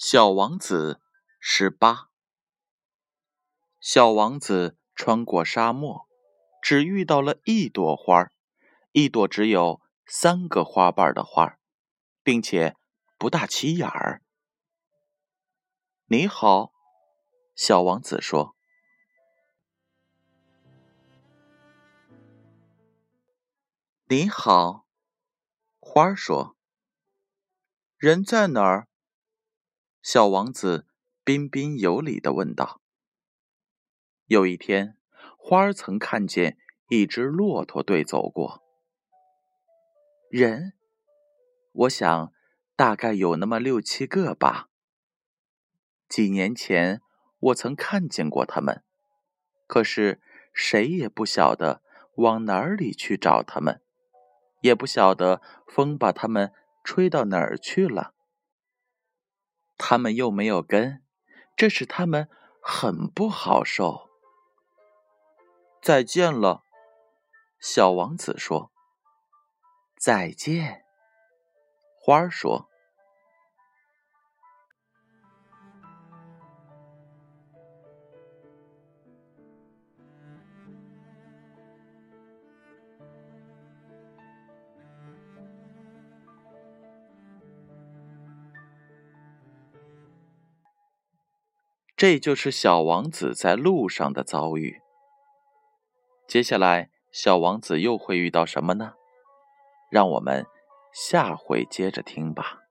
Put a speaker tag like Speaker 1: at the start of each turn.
Speaker 1: 小王子18。小王子穿过沙漠，只遇到了一朵花，一朵只有3个花瓣的花，并且不大起眼儿。你好，小王子说。你好，花说。人在哪儿？小王子彬彬有礼地问道。有一天，花儿曾看见一支骆驼队走过。人，我想大概有那么6、7个吧。几年前我曾看见过他们，可是谁也不晓得往哪里去找他们，也不晓得风把他们吹到哪儿去了。他们又没有根，这使他们很不好受。再见了，小王子说。再见，花儿说。这就是小王子在路上的遭遇。接下来，小王子又会遇到什么呢？让我们下回接着听吧。